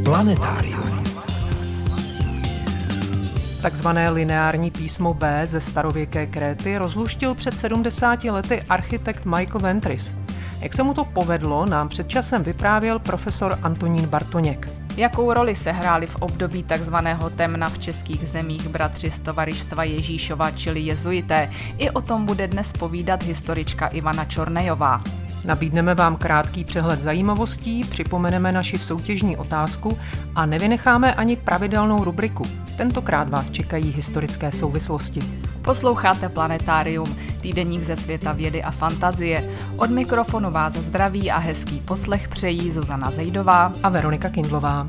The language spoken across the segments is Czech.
Planetárium. Takzvané lineární písmo B ze starověké Kréty rozluštil před 70 lety architekt Michael Ventris. Jak se mu to povedlo, nám před časem vyprávěl profesor Antonín Bartoněk. Jakou roli se hráli v období takzvaného temna v českých zemích bratři z Tovarištva Ježíšova, čili jezuité? I o tom bude dnes povídat historička Ivana Čornejová. Nabídneme vám krátký přehled zajímavostí, připomeneme naši soutěžní otázku a nevynecháme ani pravidelnou rubriku. Tentokrát vás čekají historické souvislosti. Posloucháte Planetárium, týdeník ze světa vědy a fantazie. Od mikrofonu vás zdraví a hezký poslech přejí Zuzana Zejdová a Veronika Kindlová.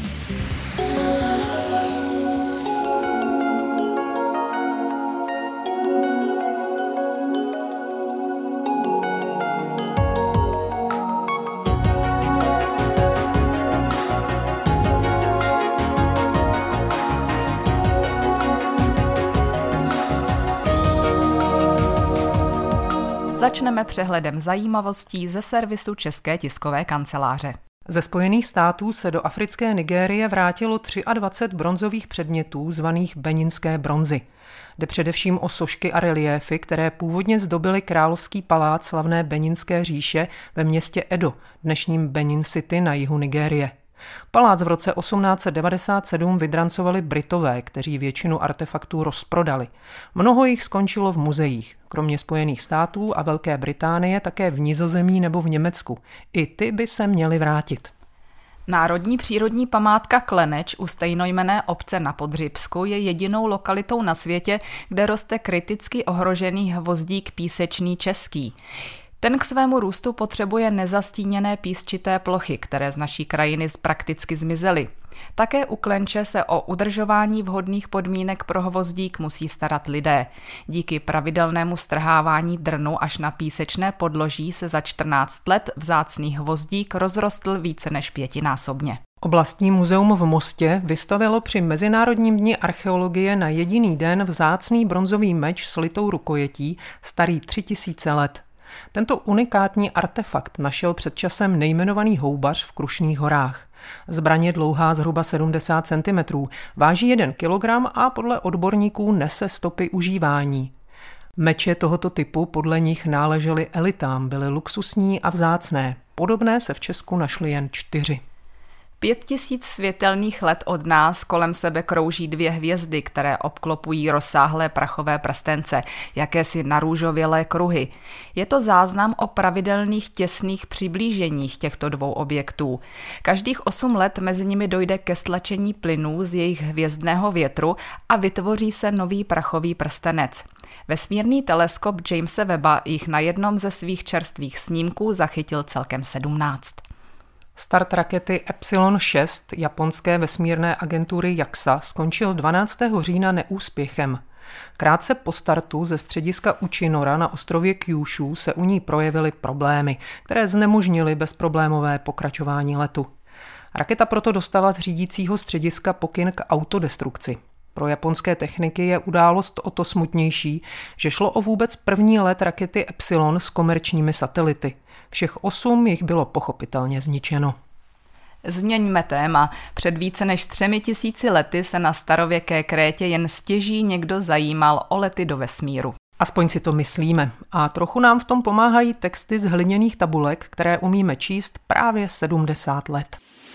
Začneme přehledem zajímavostí ze servisu České tiskové kanceláře. Ze Spojených států se do africké Nigérie vrátilo 23 bronzových předmětů zvaných beninské bronzy. Jde především o sošky a reliéfy, které původně zdobily královský palác slavné Beninské říše ve městě Edo, dnešním Benin City na jihu Nigérie. Palác v roce 1897 vydrancovali Britové, kteří většinu artefaktů rozprodali. Mnoho jich skončilo v muzeích, kromě Spojených států a Velké Británie také v Nizozemí nebo v Německu. I ty by se měly vrátit. Národní přírodní památka Kleneč u stejnojmenné obce na Podřibsku je jedinou lokalitou na světě, kde roste kriticky ohrožený hvozdík písečný český. Ten k svému růstu potřebuje nezastíněné písčité plochy, které z naší krajiny prakticky zmizely. Také u Klenče se o udržování vhodných podmínek pro hvozdík musí starat lidé. Díky pravidelnému strhávání drnu až na písečné podloží se za 14 let vzácný hvozdík rozrostl více než 5násobně. Oblastní muzeum v Mostě vystavilo při Mezinárodním dni archeologie na jediný den vzácný bronzový meč s litou rukojetí starý 3000 let. Tento unikátní artefakt našel před časem nejmenovaný houbař v Krušných horách. Zbraň je dlouhá zhruba 70 cm, váží 1 kilogram a podle odborníků nese stopy užívání. Meče tohoto typu podle nich náležely elitám, byly luxusní a vzácné. Podobné se v Česku našly jen 4. 5000 světelných let od nás kolem sebe krouží 2 hvězdy, které obklopují rozsáhlé prachové prstence, jakési narůžovělé kruhy. Je to záznam o pravidelných těsných přiblíženích těchto 2 objektů. Každých 8 let mezi nimi dojde ke stlačení plynů z jejich hvězdného větru a vytvoří se nový prachový prstenec. Vesmírný teleskop Jamese Webba jich na jednom ze svých čerstvých snímků zachytil celkem 17. Start rakety Epsilon 6 japonské vesmírné agentury JAXA skončil 12. října neúspěchem. Krátce po startu ze střediska Uchinora na ostrově Kyushu se u ní projevily problémy, které znemožnily bezproblémové pokračování letu. Raketa proto dostala z řídícího střediska pokyn k autodestrukci. Pro japonské techniky je událost o to smutnější, že šlo o vůbec první let rakety Epsilon s komerčními satelity. Všech 8 jich bylo pochopitelně zničeno. Změňme téma. Před více než 3000 lety se na starověké Krétě jen stěží někdo zajímal o lety do vesmíru. Aspoň si to myslíme. A trochu nám v tom pomáhají texty z hliněných tabulek, které umíme číst právě 70 let.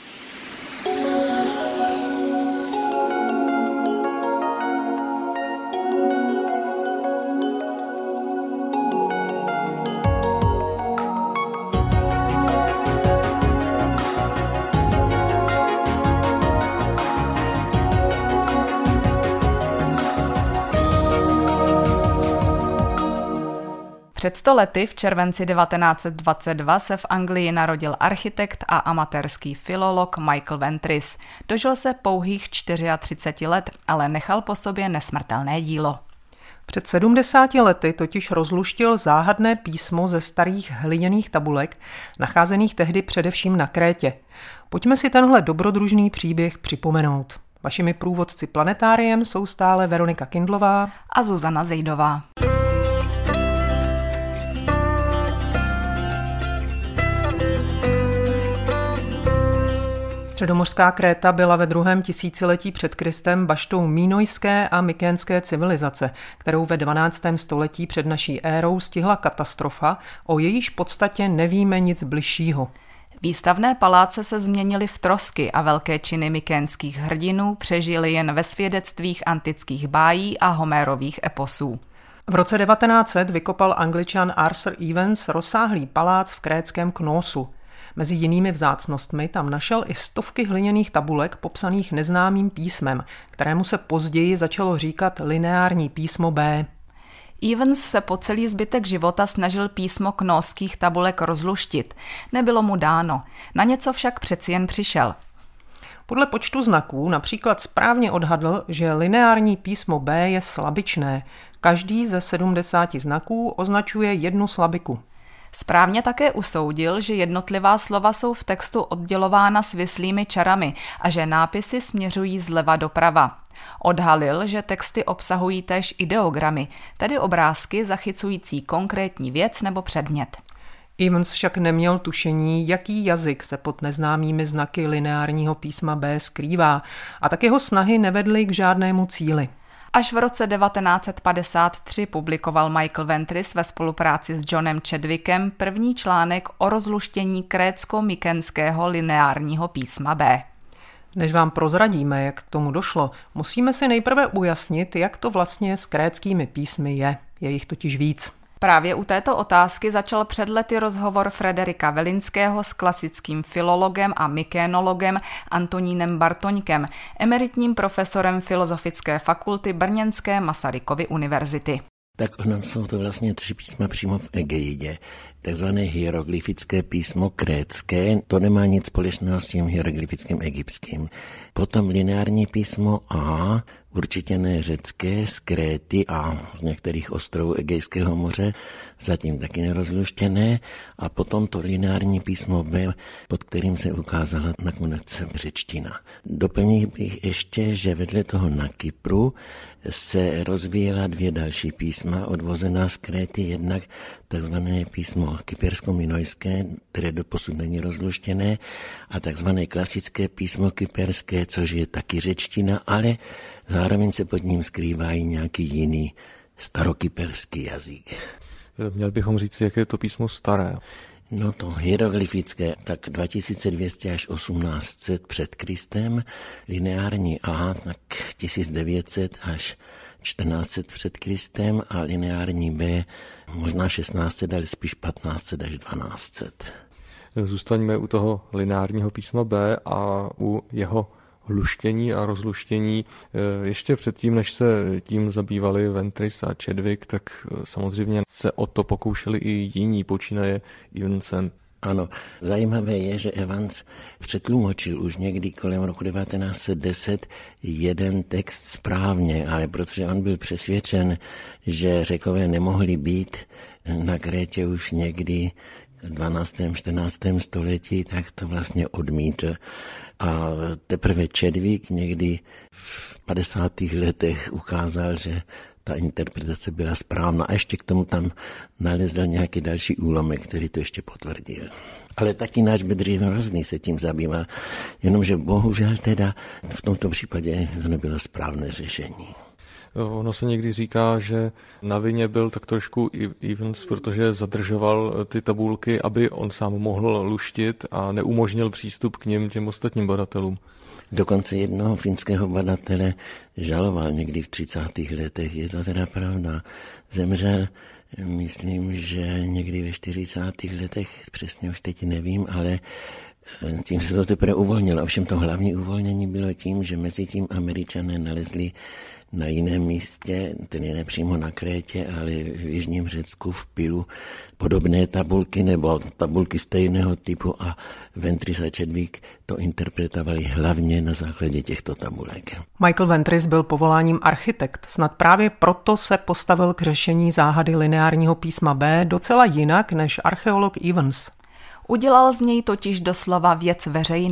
Před 100 lety v červenci 1922 se v Anglii narodil architekt a amatérský filolog Michael Ventris. Dožil se pouhých 34 let, ale nechal po sobě nesmrtelné dílo. Před 70 lety totiž rozluštil záhadné písmo ze starých hliněných tabulek, nacházených tehdy především na Krétě. Pojďme si tenhle dobrodružný příběh připomenout. Vašimi průvodci Planetáriem jsou stále Veronika Kindlová a Zuzana Zejdová. Středomořská Kréta byla ve 2. tisíciletí před Kristem baštou mínojské a mykénské civilizace, kterou ve 12. století před naší érou stihla katastrofa, o jejíž podstatě nevíme nic bližšího. Výstavné paláce se změnily v trosky a velké činy mykénských hrdinů přežily jen ve svědectvích antických bájí a Homérových eposů. V roce 1900 vykopal Angličan Arthur Evans rozsáhlý palác v krétském Knosu. Mezi jinými vzácnostmi tam našel i stovky hliněných tabulek popsaných neznámým písmem, kterému se později začalo říkat lineární písmo B. Evans se po celý zbytek života snažil písmo knoských tabulek rozluštit. Nebylo mu dáno. Na něco však přeci jen přišel. Podle počtu znaků například správně odhadl, že lineární písmo B je slabičné. Každý ze 70 znaků označuje jednu slabiku. Správně také usoudil, že jednotlivá slova jsou v textu oddělována svislými čarami a že nápisy směřují zleva doprava. Odhalil, že texty obsahují též ideogramy, tedy obrázky zachycující konkrétní věc nebo předmět. Evans však neměl tušení, jaký jazyk se pod neznámými znaky lineárního písma B skrývá, a tak jeho snahy nevedly k žádnému cíli. Až v roce 1953 publikoval Michael Ventris ve spolupráci s Johnem Chadwickem první článek o rozluštění krétsko-mykenského lineárního písma B. Než vám prozradíme, jak k tomu došlo, musíme si nejprve ujasnit, jak to vlastně s krétskými písmy je. Je jich totiž víc. Právě u této otázky začal před lety rozhovor Frederika Velinského s klasickým filologem a mykénologem Antonínem Bartoňkem, emeritním profesorem Filozofické fakulty Brněnské Masarykovy univerzity. Tak ono jsou to vlastně 3 písma přímo v Egeidě. Takzvané hieroglyfické písmo krétské, to nemá nic společného s tím hieroglyfickým egyptským. Potom lineární písmo A, určitě ne řecké, z Kréty a z některých ostrovů Egejského moře, zatím taky nerozluštěné. A potom to lineární písmo B, pod kterým se ukázala nakonec řečtina. Doplnil bych ještě, že vedle toho na Kypru se rozvíjela 2 další písma odvozená z Kréty, jednak takzvané písmo kypersko-minojské, které doposud není rozluštěné, a takzvané klasické písmo kyperské, což je taky řečtina, ale zároveň se pod ním skrývá i nějaký jiný starokyperský jazyk. Měl bychom říct, jak je to písmo staré. No to hieroglyfické, tak 2200 až 1800 před Kristem, lineární A, tak 1900 až 1400 před Kristem a lineární B možná 1600, ale spíš 1500 až 1200. Zůstaňme u toho lineárního písma B a u jeho luštění a rozluštění. Ještě předtím, než se tím zabývali Ventris a Chadwick, tak samozřejmě se o to pokoušeli i jiní, počínaje Evansem. Ano, zajímavé je, že Evans přetlumočil už někdy kolem roku 1910 jeden text správně, ale protože on byl přesvědčen, že Řekové nemohli být na Krétě už někdy v 12. 14. století, tak to vlastně odmítl. A teprve Chadwick někdy v 50. letech ukázal, že ta interpretace byla správná a ještě k tomu tam nalezl nějaký další úlomek, který to ještě potvrdil. Ale taky náš Bedřich Hrozný se tím zabýval, jenomže bohužel teda v tomto případě to nebylo správné řešení. Ono se někdy říká, že na vině byl tak trošku Evans, protože zadržoval ty tabulky, aby on sám mohl luštit a neumožnil přístup k nim těm ostatním badatelům. Dokonce jednoho finského badatele žaloval někdy v 30. letech, je to teda pravda. Zemřel, myslím, že někdy ve 40. letech, přesně už teď nevím, ale tím se to teprve uvolnilo. Ovšem to hlavní uvolnění bylo tím, že mezi tím Američané nalezli na jiném místě, tedy ne přímo na Krétě, ale v jižním Řecku v Pilu, podobné tabulky nebo tabulky stejného typu a Ventris a Chadwick to interpretovali hlavně na základě těchto tabulek. Michael Ventris byl povoláním architekt, snad právě proto se postavil k řešení záhady lineárního písma B docela jinak než archeolog Evans. Udělal z něj totiž doslova věc veřejnou.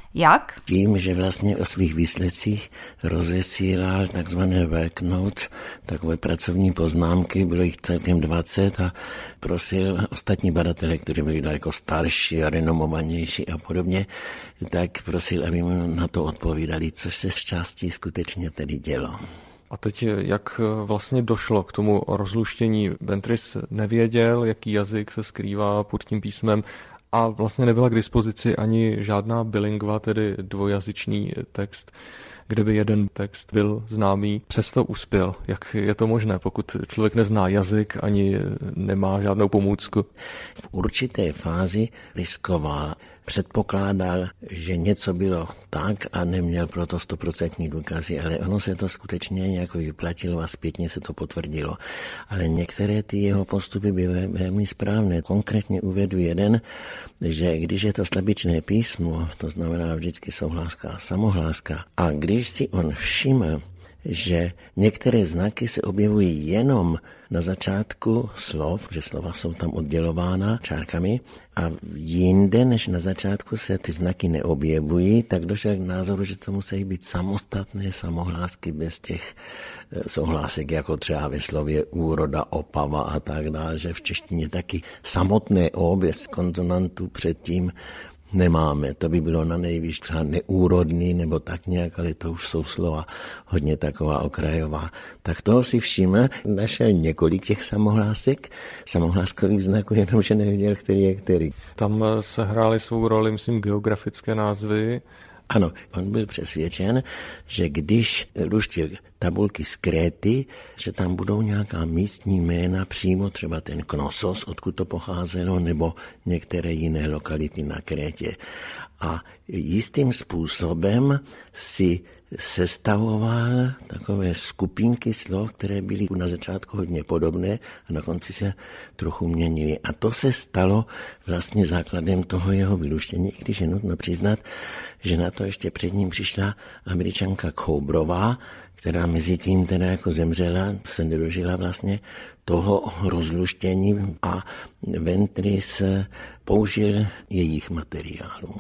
Jak? Tím, že vlastně o svých výsledcích rozesílal takzvané work notes, takové pracovní poznámky, bylo jich celkem 20 a prosil ostatní badatele, kteří byli daleko starší a renomovanější a podobně, tak prosil, aby mu na to odpovídali, což se z části skutečně tedy dělo. A teď jak vlastně došlo k tomu rozluštění? Ventris nevěděl, jaký jazyk se skrývá pod tím písmem a vlastně nebyla k dispozici ani žádná bilingva, tedy dvojazyčný text, kde by jeden text byl známý. Přesto uspěl. Jak je to možné, pokud člověk nezná jazyk ani nemá žádnou pomůcku? V určité fázi riskoval. Předpokládal, že něco bylo tak a neměl proto 100% důkazy, ale ono se to skutečně nějak vyplatilo a zpětně se to potvrdilo. Ale některé ty jeho postupy byly velmi správné. Konkrétně uvedu jeden, že když je to slabičné písmo, to znamená vždycky souhláska a samohláska, a když si on všiml, že některé znaky se objevují jenom na začátku slov, že slova jsou tam oddělována čárkami a jinde než na začátku se ty znaky neobjevují, tak došel k názoru, že to musí být samostatné samohlásky bez těch souhlásek, jako třeba ve slově úroda, opava a tak dále, že v češtině taky samotné O bez konzonantů předtím nemáme. To by bylo na nejvíc třeba neúrodný nebo tak nějak, ale to už jsou slova hodně taková okrajová. Tak toho si všiml, našel několik těch samohlásek, samohláskových znaků, jenomže nevěděl, který je který. Tam se hrály svou roli, myslím, geografické názvy. Ano, on byl přesvědčen, že když luštil tabulky z Kréty, že tam budou nějaká místní jména, přímo třeba ten Knossos, odkud to pocházelo, nebo některé jiné lokality na Krétě. A jistým způsobem si sestavoval takové skupinky slov, které byly na začátku hodně podobné a na konci se trochu měnily. A to se stalo vlastně základem toho jeho vyluštění, i když je nutno přiznat, že na to ještě před ním přišla Američanka Koubrová, která mezi tím teda jako zemřela, se nedožila vlastně toho rozluštění a Ventris použil jejich materiálů.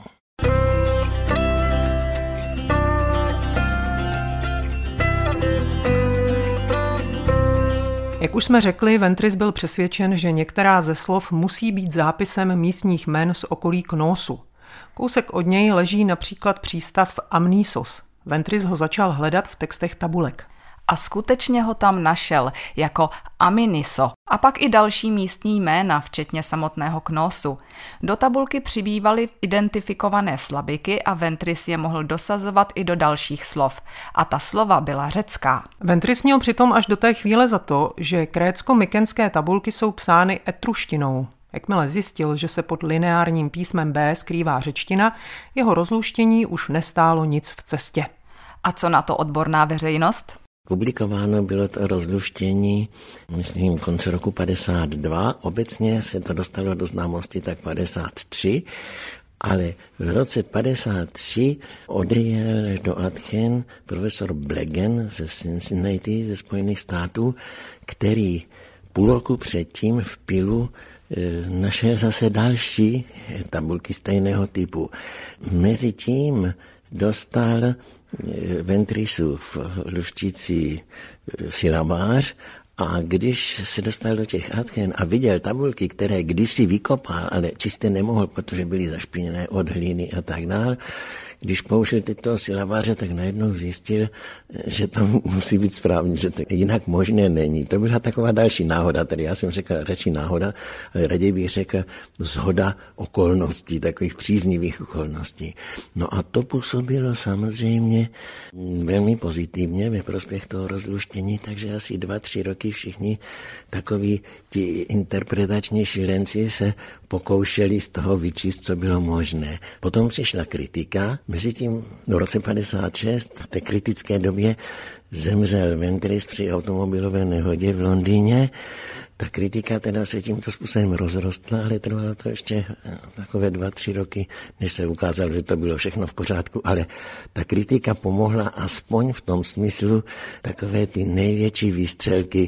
Jak už jsme řekli, Ventris byl přesvědčen, že některá ze slov musí být zápisem místních jmen z okolí Knosu. Kousek od něj leží například přístav Amnisos. Ventris ho začal hledat v textech tabulek. A skutečně ho tam našel jako Aminiso a pak i další místní jména, včetně samotného Knosu. Do tabulky přibývaly identifikované slabiky a Ventris je mohl dosazovat i do dalších slov. A ta slova byla řecká. Ventris měl přitom až do té chvíle za to, že krécko-mykenské tabulky jsou psány etruštinou. Jakmile zjistil, že se pod lineárním písmem B skrývá řečtina, jeho rozluštění už nestálo nic v cestě. A co na to odborná veřejnost? Publikováno bylo to rozluštění, myslím, konce roku 52. Obecně se to dostalo do známosti tak 53, ale v roce 53 odejel do Athen profesor Blegen ze Cincinnati, ze Spojených států, který půl roku předtím v Pilu našel zase další tabulky stejného typu. Mezitím dostal Ventrisův luštící silabář a když se dostal do těch Athen a viděl tabulky, které kdysi vykopal, ale čistě nemohl, protože byly zašpiněné od hlíny a tak dále, když použil tyto silabáře, tak najednou zjistil, že to musí být správně, že to jinak možné není. To byla taková další náhoda, tady já jsem řekl radši náhoda, ale raději bych řekl shoda okolností, takových příznivých okolností. No a to působilo samozřejmě velmi pozitivně ve prospěch toho rozluštění, takže asi 2-3 roky všichni takoví ti interpretační šílenci se pokoušeli z toho vyčíst, co bylo možné. Potom přišla kritika. Mezitím v roce 56 v té kritické době zemřel Ventris při automobilové nehodě v Londýně. Ta kritika teda se tímto způsobem rozrostla, ale trvalo to ještě takové 2-3 roky, než se ukázalo, že to bylo všechno v pořádku, ale ta kritika pomohla aspoň v tom smyslu takové ty největší výstřelky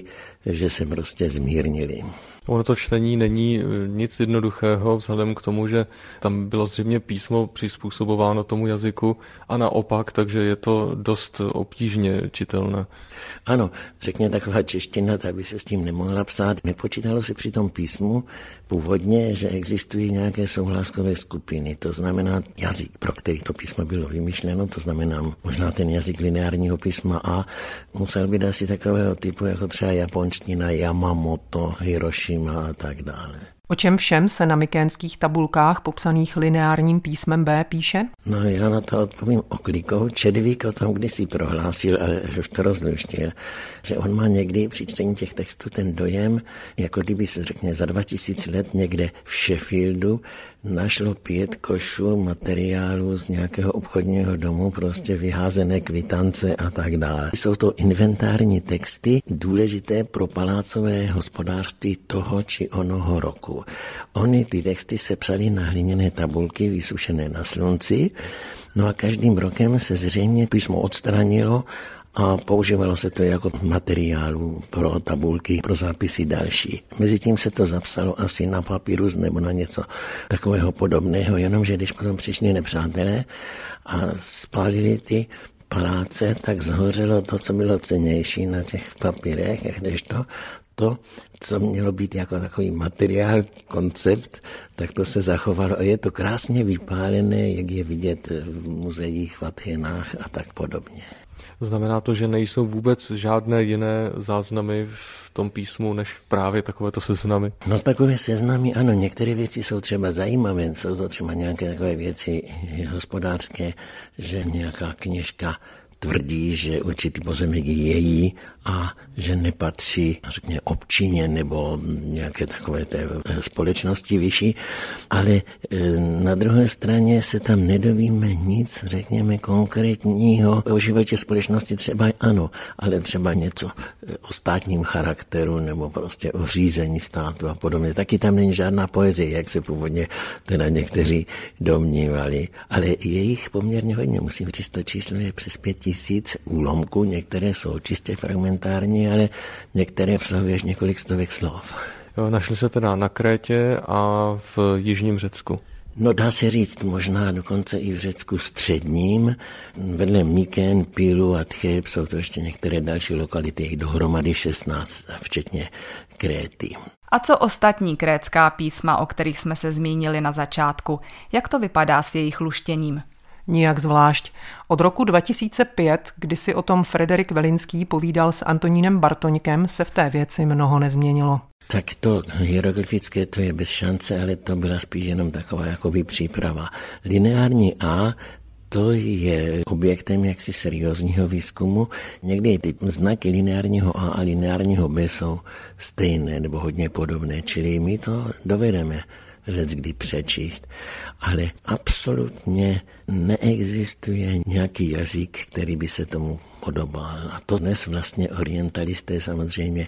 že se prostě zmírnili. Ono to čtení není nic jednoduchého vzhledem k tomu, že tam bylo zřejmě písmo přizpůsobováno tomu jazyku a naopak, takže je to dost obtížně čitelné. Ano, řekně taková čeština, tak by se s tím nemohla psát. Nepočítalo se při tom písmu původně, že existují nějaké souhlaskové skupiny, to znamená jazyk, pro který to písmo bylo vymyšleno, to znamená možná ten jazyk lineárního písma A musel být asi takového typu, jako třeba japonština, Yamamoto, Hiroshima a tak dále. O čem všem se na mykénských tabulkách popsaných lineárním písmem B píše? No já na to odpovím oklikou. Chadwick o tom kdysi prohlásil, ale už to rozluštil, že on má někdy při čtení těch textů ten dojem, jako kdyby se řekne za 2000 let někde v Sheffieldu našlo 5 košů materiálu z nějakého obchodního domu, prostě vyházené kvitance a tak dále. Jsou to inventární texty důležité pro palácové hospodářství toho či onoho roku. Ony ty texty se psaly na hliněné tabulky vysušené na slunci, no a každým rokem se zřejmě písmo odstranilo a používalo se to jako materiálu pro tabulky, pro zápisy další. Mezitím se to zapsalo asi na papírus nebo na něco takového podobného, jenomže když potom přišli nepřátelé a spálili ty paláce, tak zhořelo to, co bylo cennější na těch papírech, kdežto to, co mělo být jako takový materiál, koncept, tak to se zachovalo a je to krásně vypálené, jak je vidět v muzeích, v Athénách a tak podobně. Znamená to, že nejsou vůbec žádné jiné záznamy v tom písmu, než právě takovéto seznamy? No takové seznamy, ano, některé věci jsou třeba zajímavé, jsou to třeba nějaké takové věci hospodářské, že nějaká kněžka tvrdí, že určitý pozemek je její a že nepatří, řekně, občině nebo nějaké takové té společnosti vyšší, ale na druhé straně se tam nedovíme nic, řekněme, konkrétního o životě společnosti, třeba ano, ale třeba něco o státním charakteru nebo prostě o řízení státu a podobně. Taky tam není žádná poezie, jak se původně teda někteří domnívali, ale je jich poměrně hodně. Musím říct, to číslo je přes 5000 úlomků, některé jsou čistě fragmentární, ale některé obsahují až několik stovek slov. Jo, našli se teda na Krétě a v jižním Řecku. No dá se říct, možná dokonce i v Řecku středním. Vedle Myken, Pylu a Tcheb jsou to ještě některé další lokality, jich dohromady 16, včetně Kréty. A co ostatní krétská písma, o kterých jsme se zmínili na začátku? Jak to vypadá s jejich luštěním? Nijak zvlášť. Od roku 2005, kdy si o tom Frederik Velinský povídal s Antonínem Bartoňkem, se v té věci mnoho nezměnilo. Tak to hieroglyfické to je bez šance, ale to byla spíš jenom taková jakoby příprava. Lineární A, to je objektem jaksi seriózního výzkumu. Někdy ty znaky lineárního A a lineárního B jsou stejné nebo hodně podobné, čili my to dovedeme leckdy přečíst, ale absolutně neexistuje nějaký jazyk, který by se tomu podobal. A to dnes vlastně orientalisté samozřejmě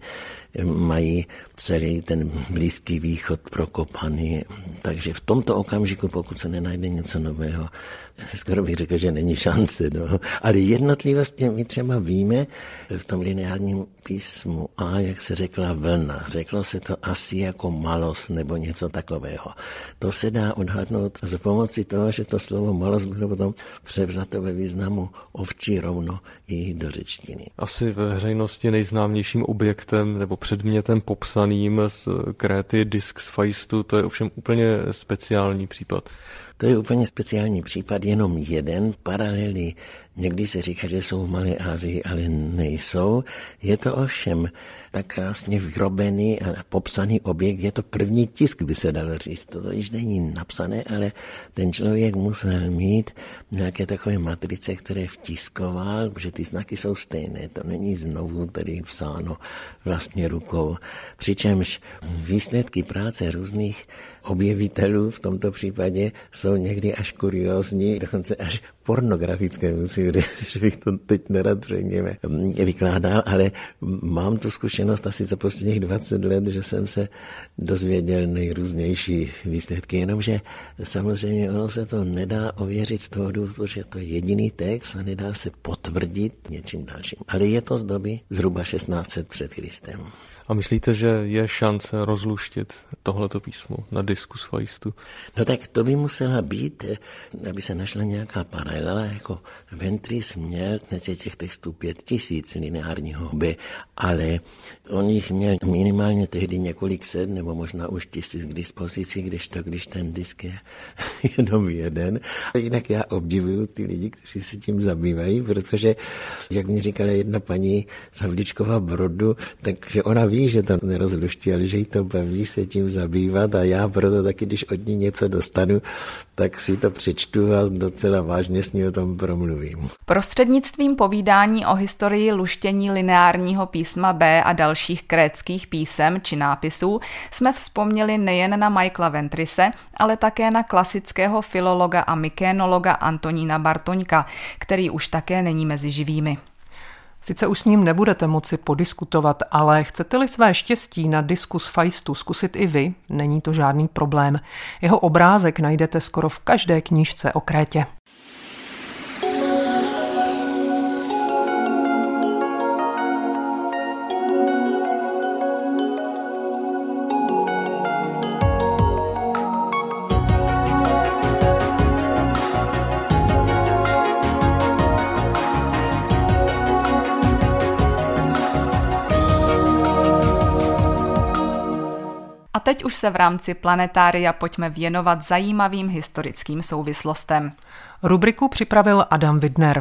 mají celý ten Blízký východ prokopaný. Takže v tomto okamžiku, pokud se nenajde něco nového, skoro bych řekl, že není šance. No. Ale jednotlivosti my třeba víme v tom lineárním písmu A, jak se řekla vlna. Řeklo se to asi jako malos nebo něco takového. To se dá odhadnout za pomoci toho, že to slovo malos bylo potom převzato ve významu ovčí rovno i do řečtiny. Asi ve veřejnosti nejznámějším objektem nebo předmětem popsaným z Kréty disk z Faistu, to je ovšem úplně speciální případ. To je úplně speciální případ, jenom jeden, paralely. Někdy se říká, že jsou v Malé Asii, ale nejsou. Je to ovšem tak krásně vyrobený a popsaný objekt. Je to první tisk, by se dalo říct. To již není napsané, ale ten člověk musel mít nějaké takové matrice, které vtiskoval, protože ty znaky jsou stejné. To není znovu tedy psáno vlastně rukou. Přičemž výsledky práce různých objevitelů v tomto případě jsou někdy až kuriózní, dokonce až pornografické, musím říct, že bych to teď nerad řekněme vykládal, ale mám tu zkušenost asi za posledních 20 let, že jsem se dozvěděl nejrůznější výsledky, jenomže samozřejmě ono se to nedá ověřit z toho důvodu, že to je jediný text a nedá se potvrdit něčím dalším. Ale je to z doby zhruba 1600 před Kristem. A myslíte, že je šance rozluštit tohleto písmo na Discus Faistu? No tak to by musela být, aby se našla nějaká paralela, jako Ventris měl dnes je těch textů 5000 lineárního B, ale on jich měl minimálně tehdy několik set, nebo možná už 1000 k dispozici, když ten disk je jenom jeden. Jinak já obdivuju ty lidi, kteří se tím zabývají, protože, jak mi říkala jedna paní z Havlíčkova Brodu, takže ona ví, že to nerozluští, ale že jí to baví se tím zabývat a já proto taky, když od ní něco dostanu, tak si to přečtu a docela vážně s ní o tom promluvím. Prostřednictvím povídání o historii luštění lineárního písma B a dalších krétských písem či nápisů jsme vzpomněli nejen na Michaela Ventrise, ale také na klasického filologa a mykénologa Antonína Bartoňka, který už také není mezi živými. Sice už s ním nebudete moci podiskutovat, ale chcete-li své štěstí na Discus Faistu zkusit i vy, není to žádný problém. Jeho obrázek najdete skoro v každé knížce o Krétě. A teď už se v rámci Planetária pojďme věnovat zajímavým historickým souvislostem. Rubriku připravil Adam Widner.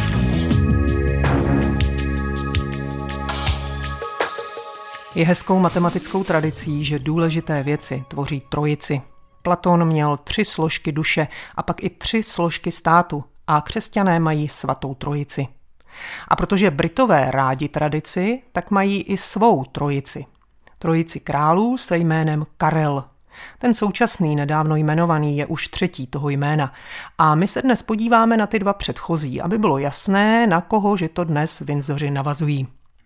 Je hezkou matematickou tradicí, že důležité věci tvoří trojici. Platon měl 3 složky duše a pak i 3 složky státu a křesťané mají svatou trojici. A protože Britové rádi tradici, tak mají i svou trojici. Trojici králů se jménem Karel. Ten současný, nedávno jmenovaný, je už 3. toho jména. A my se dnes podíváme na ty 2 předchozí, aby bylo jasné, na koho že to dnes Windsoři navazují.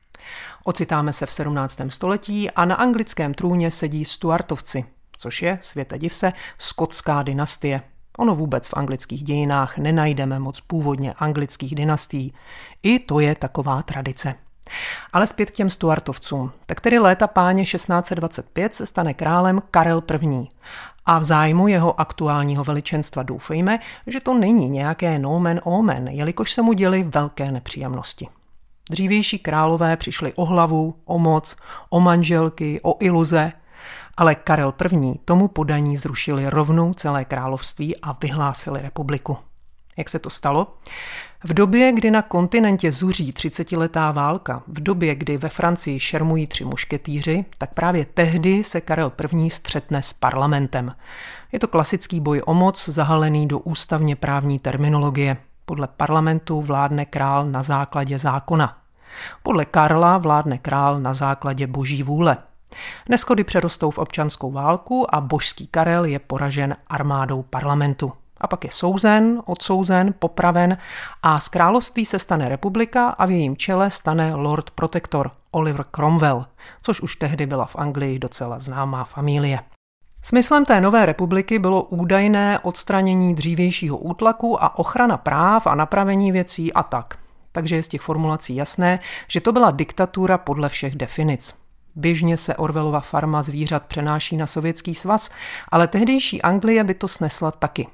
Ocitáme se v 17. století a na anglickém trůně sedí Stuartovci, což je, světe div se, skotská dynastie. Ono vůbec v anglických dějinách nenajdeme moc původně anglických dynastií. I to je taková tradice. Ale zpět k těm Stuartovcům. Tak tedy léta páně 1625 se stane králem Karel I. A v zájmu jeho aktuálního veličenstva doufejme, že to není nějaké nomen omen, jelikož se mu děly velké nepříjemnosti. Dřívější králové přišli o hlavu, o moc, o manželky, o iluze, ale Karel I. tomu podaní zrušili rovnou celé království a vyhlásili republiku. Jak se to stalo? V době, kdy na kontinentě zuří 30letá válka, v době, kdy ve Francii šermují 3 mušketýři, tak právě tehdy se Karel I. střetne s parlamentem. Je to klasický boj o moc, zahalený do ústavně právní terminologie. Podle parlamentu vládne král na základě zákona. Podle Karla vládne král na základě boží vůle. Neshody přerostou v občanskou válku a božský Karel je poražen armádou parlamentu. A pak je souzen, odsouzen, popraven a z království se stane republika a v jejím čele stane Lord Protector Oliver Cromwell, což už tehdy byla v Anglii docela známá familie. Smyslem té nové republiky bylo údajné odstranění dřívějšího útlaku a ochrana práv a napravení věcí a tak. Takže je z těch formulací jasné, že to byla diktatura podle všech definic. Běžně se Orwellova farma zvířat přenáší na Sovětský svaz, ale tehdejší Anglie by to snesla taky.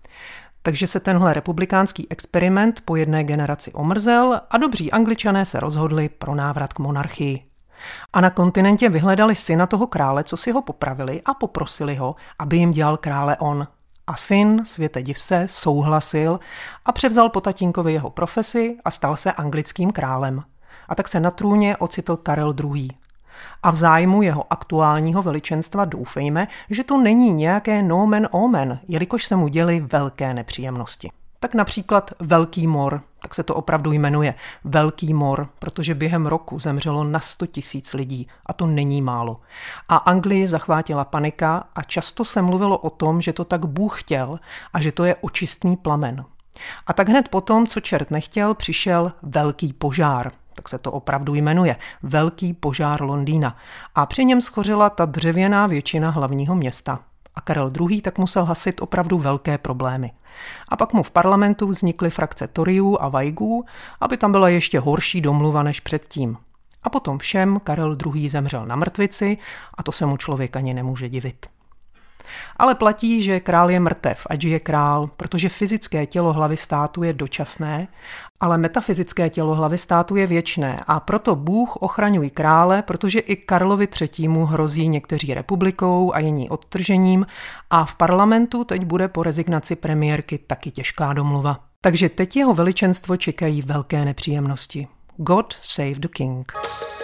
Takže se tenhle republikánský experiment po jedné generaci omrzel a dobří Angličané se rozhodli pro návrat k monarchii. A na kontinentě vyhledali syna toho krále, co si ho popravili a poprosili ho, aby jim dělal krále on. A syn, světe div se, souhlasil a převzal po tatínkovi jeho profesi a stal se anglickým králem. A tak se na trůně ocitl Karel II. A v zájmu jeho aktuálního veličenstva doufejme, že to není nějaké nomen omen, jelikož se mu děly velké nepříjemnosti. Tak například Velký mor, tak se to opravdu jmenuje Velký mor, protože během roku zemřelo na 100 000 lidí a to není málo. A Anglii zachvátila panika a často se mluvilo o tom, že to tak Bůh chtěl a že to je očistný plamen. A tak hned potom, co čert nechtěl, přišel velký požár. Tak se to opravdu jmenuje. Velký požár Londýna. A při něm schořila ta dřevěná většina hlavního města. A Karel II. Tak musel hasit opravdu velké problémy. A pak mu v parlamentu vznikly frakce Toryů a Whigů, aby tam byla ještě horší domluva než předtím. A potom všem Karel II. Zemřel na mrtvici a to se mu člověk ani nemůže divit. Ale platí, že král je mrtev, ať je král, protože fyzické tělo hlavy státu je dočasné, ale metafyzické tělo hlavy státu je věčné a proto Bůh ochraňuje krále, protože i Karlovi III. Hrozí někteří republikou a jiní odtržením a v parlamentu teď bude po rezignaci premiérky taky těžká domluva. Takže teď jeho veličenstvo čekají velké nepříjemnosti. God save the king.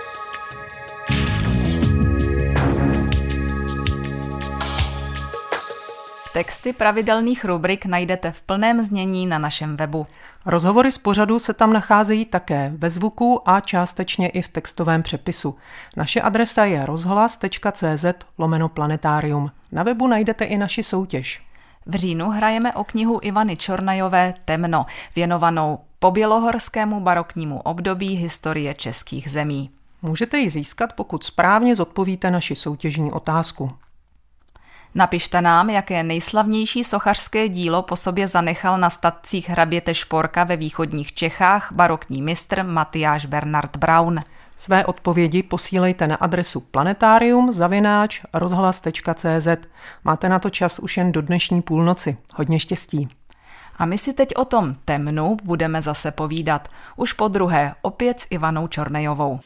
Texty pravidelných rubrik najdete v plném znění na našem webu. Rozhovory z pořadu se tam nacházejí také ve zvuku a částečně i v textovém přepisu. Naše adresa je rozhlas.cz/planetarium. Na webu najdete i naši soutěž. V říjnu hrajeme o knihu Ivany Čornajové Temno, věnovanou pobělohorskému baroknímu období historie českých zemí. Můžete ji získat, pokud správně zodpovíte naši soutěžní otázku. Napište nám, jaké nejslavnější sochařské dílo po sobě zanechal na statcích hraběte Šporka ve východních Čechách barokní mistr Matyáš Bernard Braun. Své odpovědi posílejte na adresu planetarium@rozhlas.cz. Máte na to čas už jen do dnešní půlnoci. Hodně štěstí. A my si teď o tom temnu budeme zase povídat. Už po druhé, opět s Ivanou Čornajovou.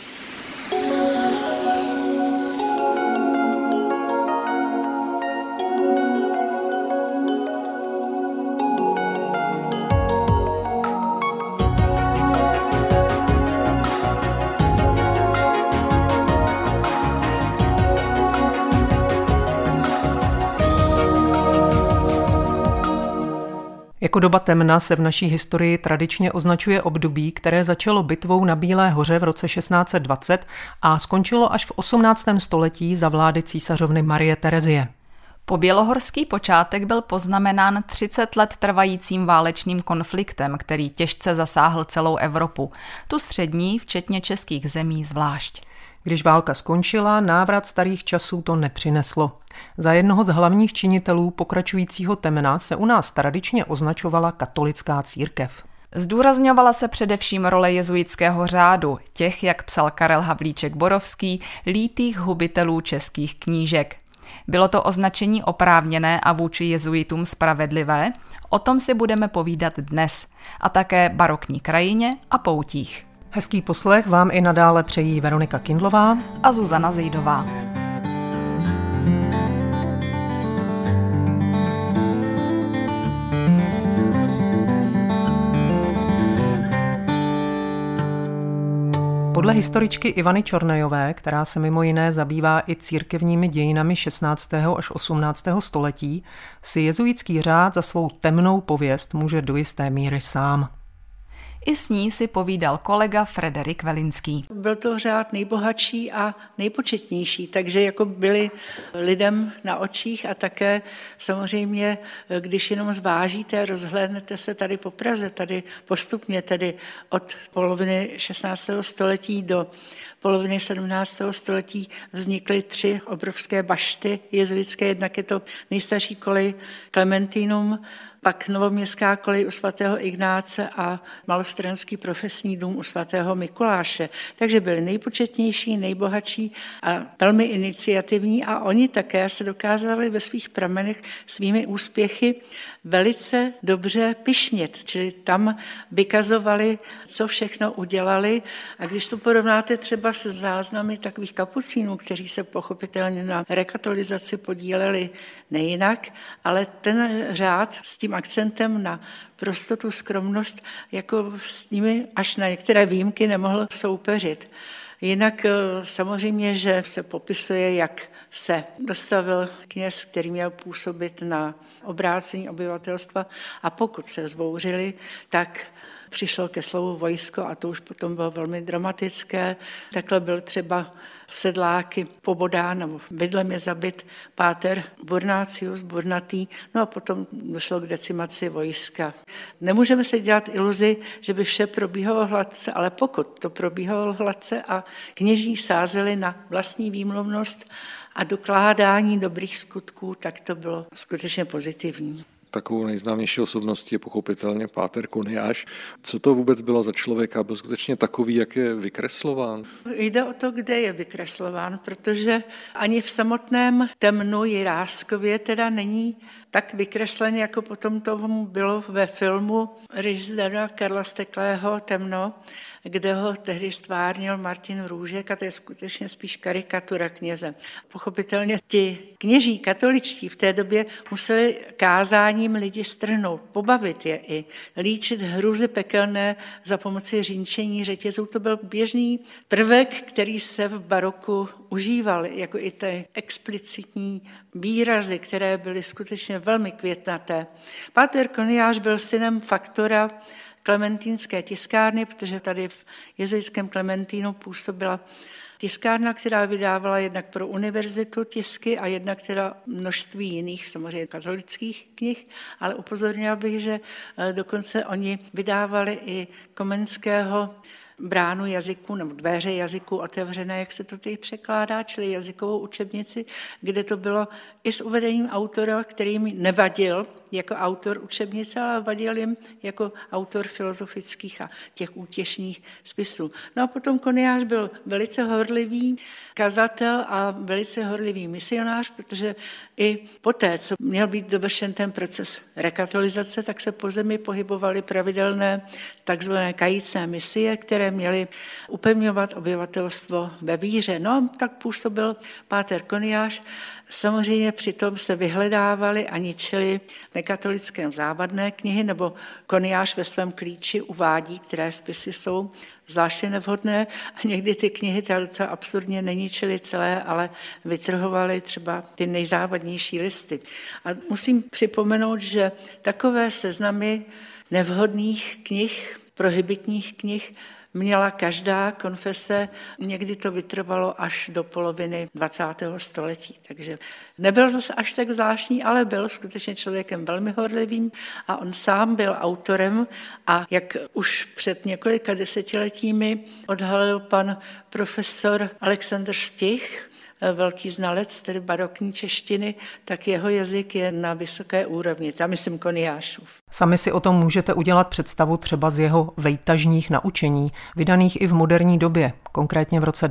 Jako doba temna se v naší historii tradičně označuje období, které začalo bitvou na Bílé hoře v roce 1620 a skončilo až v 18. století za vlády císařovny Marie Terezie. Pobělohorský počátek byl poznamenán 30 let trvajícím válečným konfliktem, který těžce zasáhl celou Evropu, tu střední, včetně českých zemí zvlášť. Když válka skončila, návrat starých časů to nepřineslo. Za jednoho z hlavních činitelů pokračujícího temna se u nás tradičně označovala katolická církev. Zdůrazňovala se především role jezuitského řádu, těch, jak psal Karel Havlíček Borovský, lítých hubitelů českých knížek. Bylo to označení oprávněné a vůči jezuitům spravedlivé? O tom si budeme povídat dnes. A také barokní krajině a poutích. Hezký poslech vám i nadále přejí Veronika Kindlová a Zuzana Zejdová. Podle historičky Ivany Čornajové, která se mimo jiné zabývá i církevními dějinami 16. až 18. století, si jezuitský řád za svou temnou pověst může do jisté míry sám. I s ní si povídal kolega Frederik Velinský. Byl to řád nejbohatší a nejpočetnější, takže jako byli lidem na očích a také samozřejmě, když jenom zvážíte, rozhlédnete se tady po Praze, tady postupně tedy od poloviny 16. století do poloviny 17. století vznikly 3 obrovské bašty jezuitské, jednak je to nejstarší kolej Clementinum, pak novoměstská kolej u svatého Ignáce a malostranský profesní dům u svatého Mikuláše. Takže byli nejpočetnější, nejbohatší a velmi iniciativní a oni také se dokázali ve svých pramenech svými úspěchy velice dobře pyšnit, čili tam vykazovali, co všechno udělali a když to porovnáte třeba se záznamy takových kapucínů, kteří se pochopitelně na rekatolizaci podíleli nejinak, ale ten řád s tím akcentem na prostotu, skromnost, jako s nimi až na některé výjimky nemohl soupeřit. Jinak samozřejmě, že se popisuje, jak se dostavil kněz, který měl působit na obrácení obyvatelstva a pokud se vzbouřili, tak přišlo ke slovu vojsko a to už potom bylo velmi dramatické. Takhle byl třeba sedláky pobodán, nebo bydlem je zabit páter Burnácius, Burnatý, no a potom došlo k decimaci vojska. Nemůžeme si dělat iluzi, že by vše probíhalo hladce, ale pokud to probíhalo hladce a kněží sázeli na vlastní výmluvnost a dokládání dobrých skutků, tak to bylo skutečně pozitivní. Takovou nejznámější osobností je pochopitelně páter Koniáš. Co to vůbec bylo za člověka? Byl skutečně takový, jak je vykreslován? Jde o to, kde je vykreslován, protože ani v samotném Temnu Jiráskově teda není tak vykreslený, jako potom tomu bylo ve filmu režiséra Karla Steklého Temno, kde ho tehdy stvárnil Martin Růžek a to je skutečně spíš karikatura kněze. Pochopitelně ti kněží katoličtí v té době museli kázáním lidi strhnout, pobavit je i, líčit hrůzy pekelné za pomoci řínčení řetězů. To byl běžný prvek, který se v baroku užíval, jako i ty explicitní výrazy, které byly skutečně velmi květnaté. Páter Koniáš byl synem faktora Klementínské tiskárny, protože tady v jezuitském Klementínu působila tiskárna, která vydávala jednak pro univerzitu tisky a jednak teda množství jiných, samozřejmě katolických knih, ale upozornila bych, že dokonce oni vydávali i Komenského bránu jazyku nebo dveře jazyku otevřené, jak se to teď překládá, čili jazykovou učebnici, kde to bylo i s uvedením autora, který mi nevadil jako autor učebnice, ale vadil jim jako autor filozofických a těch útěšných spisů. No a potom Koniáš byl velice horlivý kazatel a velice horlivý misionář, protože i poté, co měl být dovršen ten proces rekatolizace, tak se po zemi pohybovaly pravidelné takzvané kajícné misie, které měly upevňovat obyvatelstvo ve víře. No, tak působil páter Koniáš. Samozřejmě přitom se vyhledávaly a ničily nekatolické závadné knihy, nebo Koniáš ve svém klíči uvádí, které spisy jsou zvláště nevhodné a někdy ty knihy docela absurdně neničily celé, ale vytrhovaly třeba ty nejzávadnější listy. A musím připomenout, že takové seznamy nevhodných knih, prohibitních knih, měla každá konfese, někdy to vytrvalo až do poloviny 20. století. Takže nebyl zase až tak zvláštní, ale byl skutečně člověkem velmi horlivým a on sám byl autorem a jak už před několika desetiletími odhalil pan profesor Alexander Stich, velký znalec tedy barokní češtiny, tak jeho jazyk je na vysoké úrovni. Tam myslím Koniášův. Sami si o tom můžete udělat představu třeba z jeho vejtažních naučení, vydaných i v moderní době, konkrétně v roce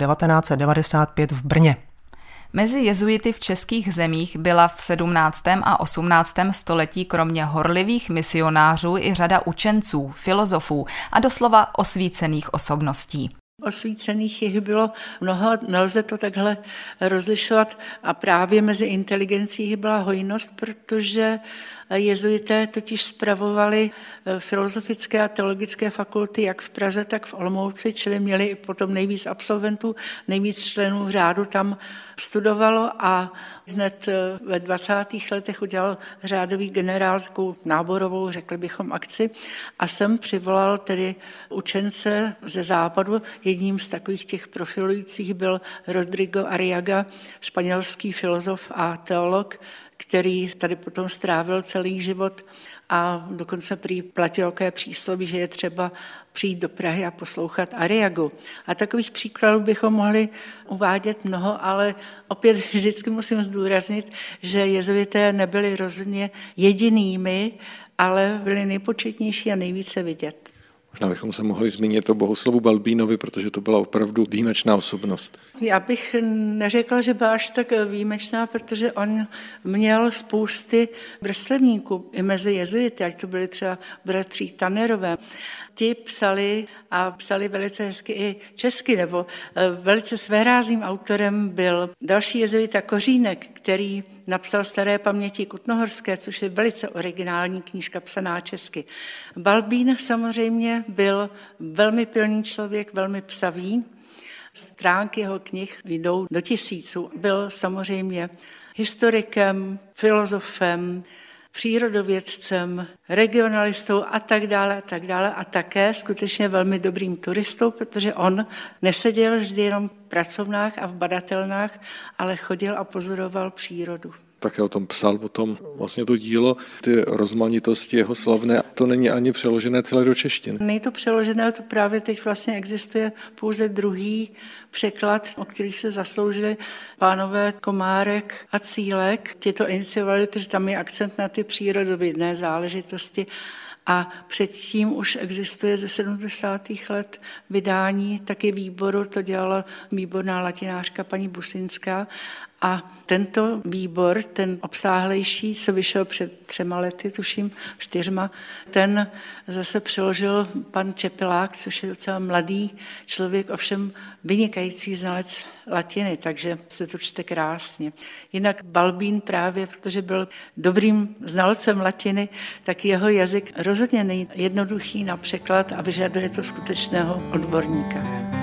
1995 v Brně. Mezi jezuity v českých zemích byla v 17. a 18. století kromě horlivých misionářů i řada učenců, filozofů a doslova osvícených osobností. Osvícených jich bylo mnoho, nelze to takhle rozlišovat a právě mezi inteligencí byla hojnost, protože jezuité totiž spravovali filozofické a teologické fakulty jak v Praze, tak v Olomouci, čili měli potom nejvíc absolventů, nejvíc členů řádu tam studovalo a hned ve 20. letech udělal řádový generál takovou náborovou, řekli bychom, akci a sem přivolal tedy učence ze západu. Jedním z takových těch profilujících byl Rodrigo Arriaga, španělský filozof a teolog, který tady potom strávil celý život a dokonce prý platilo takové přísloví, že je třeba přijít do Prahy a poslouchat Arriagu. A takových příkladů bychom mohli uvádět mnoho, ale opět vždycky musím zdůraznit, že jezuité nebyli rozhodně jedinými, ale byli nejpočetnější a nejvíce vidět. Možná bychom se mohli zmínit o Bohuslavu Balbínovi, protože to byla opravdu výjimečná osobnost. Já bych neřekla, že byla až tak výjimečná, protože on měl spousty vrstevníků i mezi jezuity, ať to byli třeba bratří Tannerové. Ti psali a psali velice hezky i česky, nebo velice svérázným autorem byl další jezuita Kořínek, který napsal Staré paměti kutnohorské, což je velice originální knížka psaná česky. Balbín samozřejmě byl velmi pilný člověk, velmi psavý. Stránky jeho knih jdou do tisíců. Byl samozřejmě historikem, filozofem, přírodovědcem, regionalistou a tak dále a také skutečně velmi dobrým turistou, protože on neseděl vždy jenom v pracovnách a v badatelnách, ale chodil a pozoroval přírodu. Také o tom psal potom vlastně to dílo, ty rozmanitosti jeho slavné, to není ani přeložené celé do češtiny. Není to přeložené, to právě teď vlastně existuje pouze druhý překlad, o kterých se zasloužili pánové Komárek a Cílek. Ti to iniciovali, protože tam je akcent na ty přírodovědné záležitosti. A předtím už existuje ze 70. let vydání taky výboru, to dělala výborná latinářka paní Businská. A tento výbor, ten obsáhlejší, co vyšel před 3 lety, tuším 4, ten zase přeložil pan Čepelák, což je docela mladý člověk, ovšem vynikající znalec latiny, takže se to čte krásně. Jinak Balbín právě, protože byl dobrým znalcem latiny, tak jeho jazyk rozhodně není jednoduchý na překlad a vyžaduje to skutečného odborníka.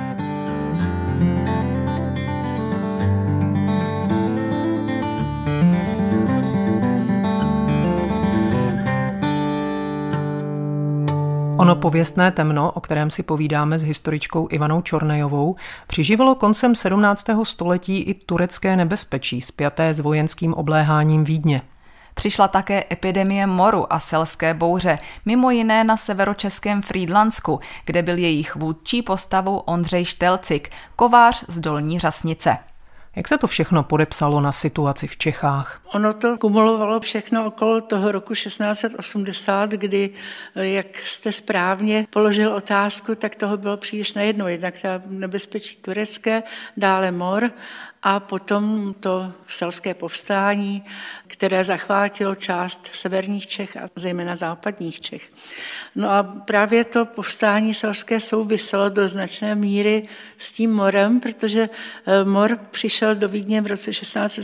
Ono pověstné temno, o kterém si povídáme s historičkou Ivanou Čornejovou, přiživilo koncem 17. století i turecké nebezpečí spjaté s vojenským obléháním Vídně. Přišla také epidemie moru a selské bouře, mimo jiné na severočeském Frýdlansku, kde byl jejich vůdčí postavou Ondřej Štelcik, kovář z Dolní Řasnice. Jak se to všechno podepsalo na situaci v Čechách? Ono to kumulovalo všechno okolo toho roku 1680, kdy, jak jste správně položil otázku, tak toho bylo příliš najednou. Jednak ta nebezpečí turecké, dále mor a potom to selské povstání, které zachvátilo část severních Čech a zejména západních Čech. No a právě to povstání selské souviselo do značné míry s tím morem, protože mor přišel do Vídně v roce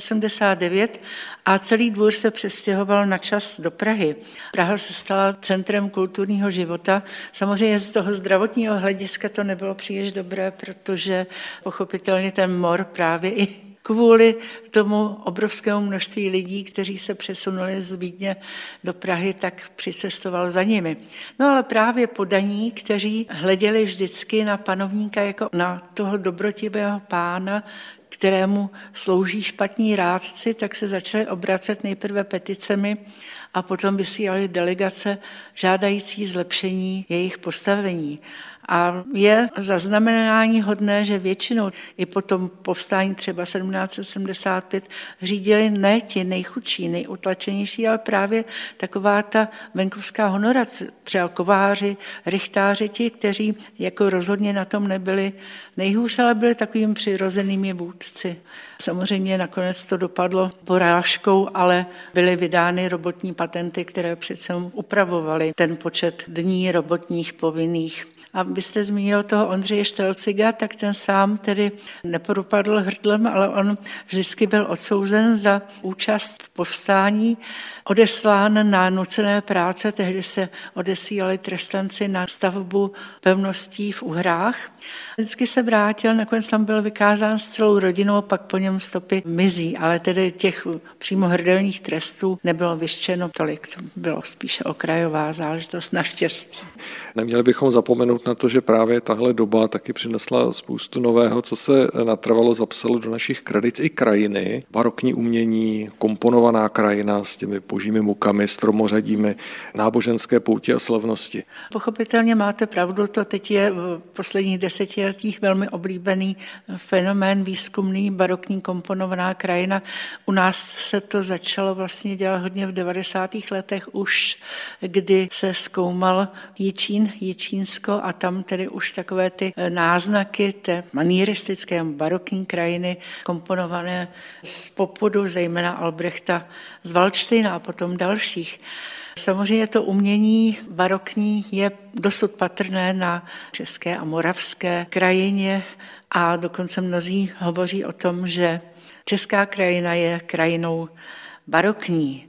1679 a celý dvůr se přestěhoval na čas do Prahy. Praha se stala centrem kulturního života. Samozřejmě z toho zdravotního hlediska to nebylo příliš dobré, protože pochopitelně ten mor právě i kvůli tomu obrovskému množství lidí, kteří se přesunuli z Vídně do Prahy, tak přicestoval za nimi. No ale právě podaní, kteří hleděli vždycky na panovníka jako na toho dobrotivého pána, kterému slouží špatní rádci, tak se začali obracet nejprve peticemi a potom vysílali delegace žádající zlepšení jejich postavení. A je zaznamenání hodné, že většinou i po tom povstání třeba 1775 řídili ne ti nejchudší, nejutlačenější, ale právě taková ta venkovská honora, třeba kováři, rychtáři, ti, kteří jako rozhodně na tom nebyli nejhůř, ale byli takovými přirozenými vůdci. Samozřejmě nakonec to dopadlo porážkou, ale byly vydány robotní patenty, které přece upravovaly ten počet dní robotních povinných. A vy jste zmínil toho Ondřeje Štelciga, tak ten sám tedy nepropadl hrdlem, ale on vždycky byl odsouzen za účast v povstání, odeslán na nucené práce, tehdy se odesílali trestanci na stavbu pevností v Uhrách. Vždycky se vrátil, nakonec tam byl vykázán s celou rodinou, pak po něm stopy mizí, ale tedy těch přímo hrdelních trestů nebylo vyštěno tolik, to bylo spíše okrajová záležitost naštěstí. Neměli bychom zapomenout na to, že právě tahle doba taky přinesla spoustu nového, co se natrvalo zapsalo do našich tradic i krajiny. Barokní umění, komponovaná krajina s těmi božími mukami, stromořadími, náboženské pouti a slavnosti. Pochopitelně máte pravdu, to teď je v posledních desetiletích velmi oblíbený fenomén výzkumný, barokní komponovaná krajina. U nás se to začalo vlastně dělat hodně v 90. letech už, kdy se zkoumal Jičín, Jičínsko a tam tedy už takové ty náznaky té manieristické barokní krajiny komponované z popudu, zejména Albrechta z Valdštejna a potom dalších. Samozřejmě to umění barokní je dosud patrné na české a moravské krajině a dokonce mnozí hovoří o tom, že česká krajina je krajinou barokní.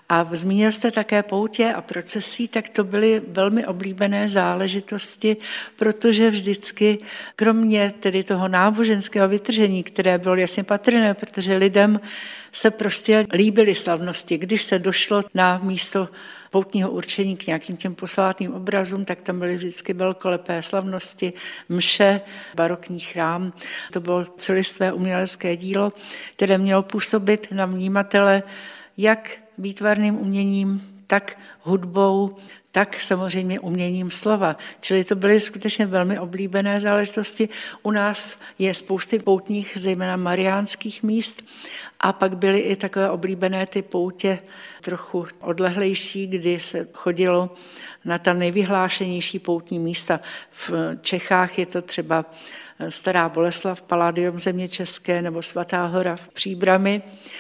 A zmínil jste také poutě a procesí, tak to byly velmi oblíbené záležitosti, protože vždycky, kromě tedy toho náboženského vytržení, které bylo jasně patrné, protože lidem se prostě líbily slavnosti. Když se došlo na místo poutního určení k nějakým těm posvátným obrazům, tak tam byly vždycky velkolepé slavnosti, mše, barokní chrám. To bylo celistvé umělecké dílo, které mělo působit na vnímatele jak výtvarným uměním, tak hudbou, tak samozřejmě uměním slova. Čili to byly skutečně velmi oblíbené záležitosti. U nás je spousty poutních, zejména mariánských míst, a pak byly i takové oblíbené ty poutě trochu odlehlejší, kdy se chodilo na ta nejvyhlášenější poutní místa. V Čechách je to třeba Stará Boleslav, Palladium země české, nebo Svatá hora v Příbrami,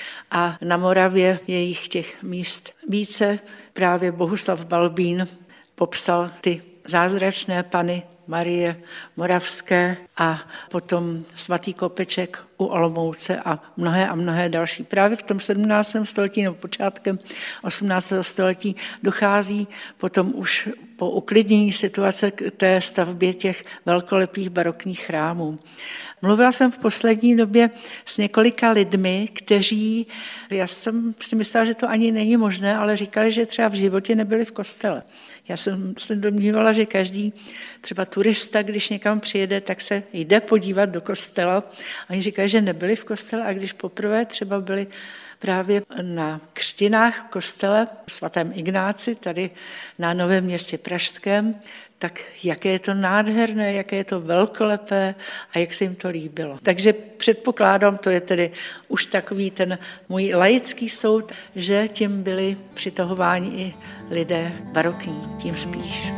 a na Moravě je jich těch míst více. Právě Bohuslav Balbín popsal ty zázračné Panny Marie Moravské a potom svatý Kopeček u Olomouce a mnohé další. Právě v tom 17. století nebo počátkem 18. století dochází potom už po uklidnění situace k té stavbě těch velkolepých barokních chrámů. Mluvila jsem v poslední době s několika lidmi, kteří, já jsem si myslela, že to ani není možné, ale říkali, že třeba v životě nebyli v kostele. Já jsem se domnívala, že každý třeba turista, když někam přijede, tak se jde podívat do kostela. Oni říkají, že nebyli v kostele, a když poprvé třeba byli právě na křtinách v kostele svatém Ignáci, tady na Novém Městě pražském, tak jaké je to nádherné, jaké je to velkolepé a jak se jim to líbilo. Takže předpokládám, to je tedy už takový ten můj laický soud, že tím byli přitahováni i lidé barokní, tím spíš.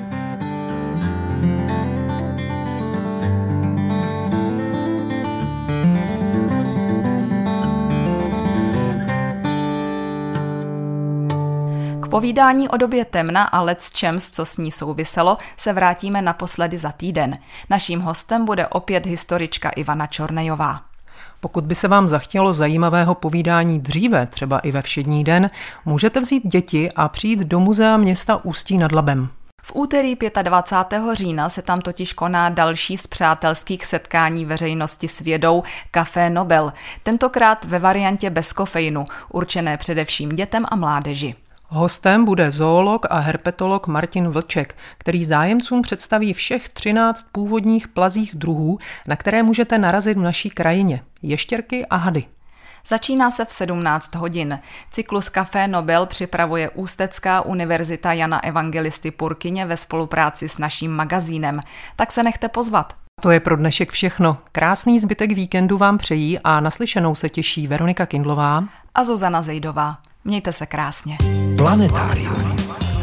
Povídání o době temna a lecčems, co s ní souviselo, se vrátíme naposledy za týden. Naším hostem bude opět historička Ivana Čornejová. Pokud by se vám zachtělo zajímavého povídání dříve, třeba i ve všední den, můžete vzít děti a přijít do muzea města Ústí nad Labem. V úterý 25. října se tam totiž koná další z přátelských setkání veřejnosti s vědou Café Nobel, tentokrát ve variantě bez kofeinu, určené především dětem a mládeži. Hostem bude zoolog a herpetolog Martin Vlček, který zájemcům představí všech 13 původních plazích druhů, na které můžete narazit v naší krajině, ještěrky a hady. Začíná se v 17 hodin. Cyklus Café Nobel připravuje Ústecká univerzita Jana Evangelisty Purkyně ve spolupráci s naším magazínem. Tak se nechte pozvat. To je pro dnešek všechno. Krásný zbytek víkendu vám přejí a naslyšenou se těší Veronika Kindlová a Zuzana Zejdová. Mějte se krásně. Planetárium.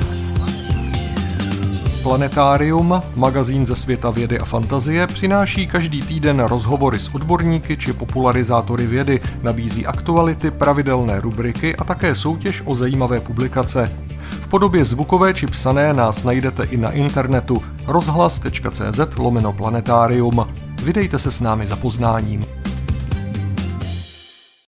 Planetárium, magazín ze světa vědy a fantazie, přináší každý týden rozhovory s odborníky či popularizátory vědy, nabízí aktuality, pravidelné rubriky a také soutěž o zajímavé publikace. V podobě zvukové či psané nás najdete i na internetu rozhlas.cz/planetárium. Vydejte se s námi za poznáním.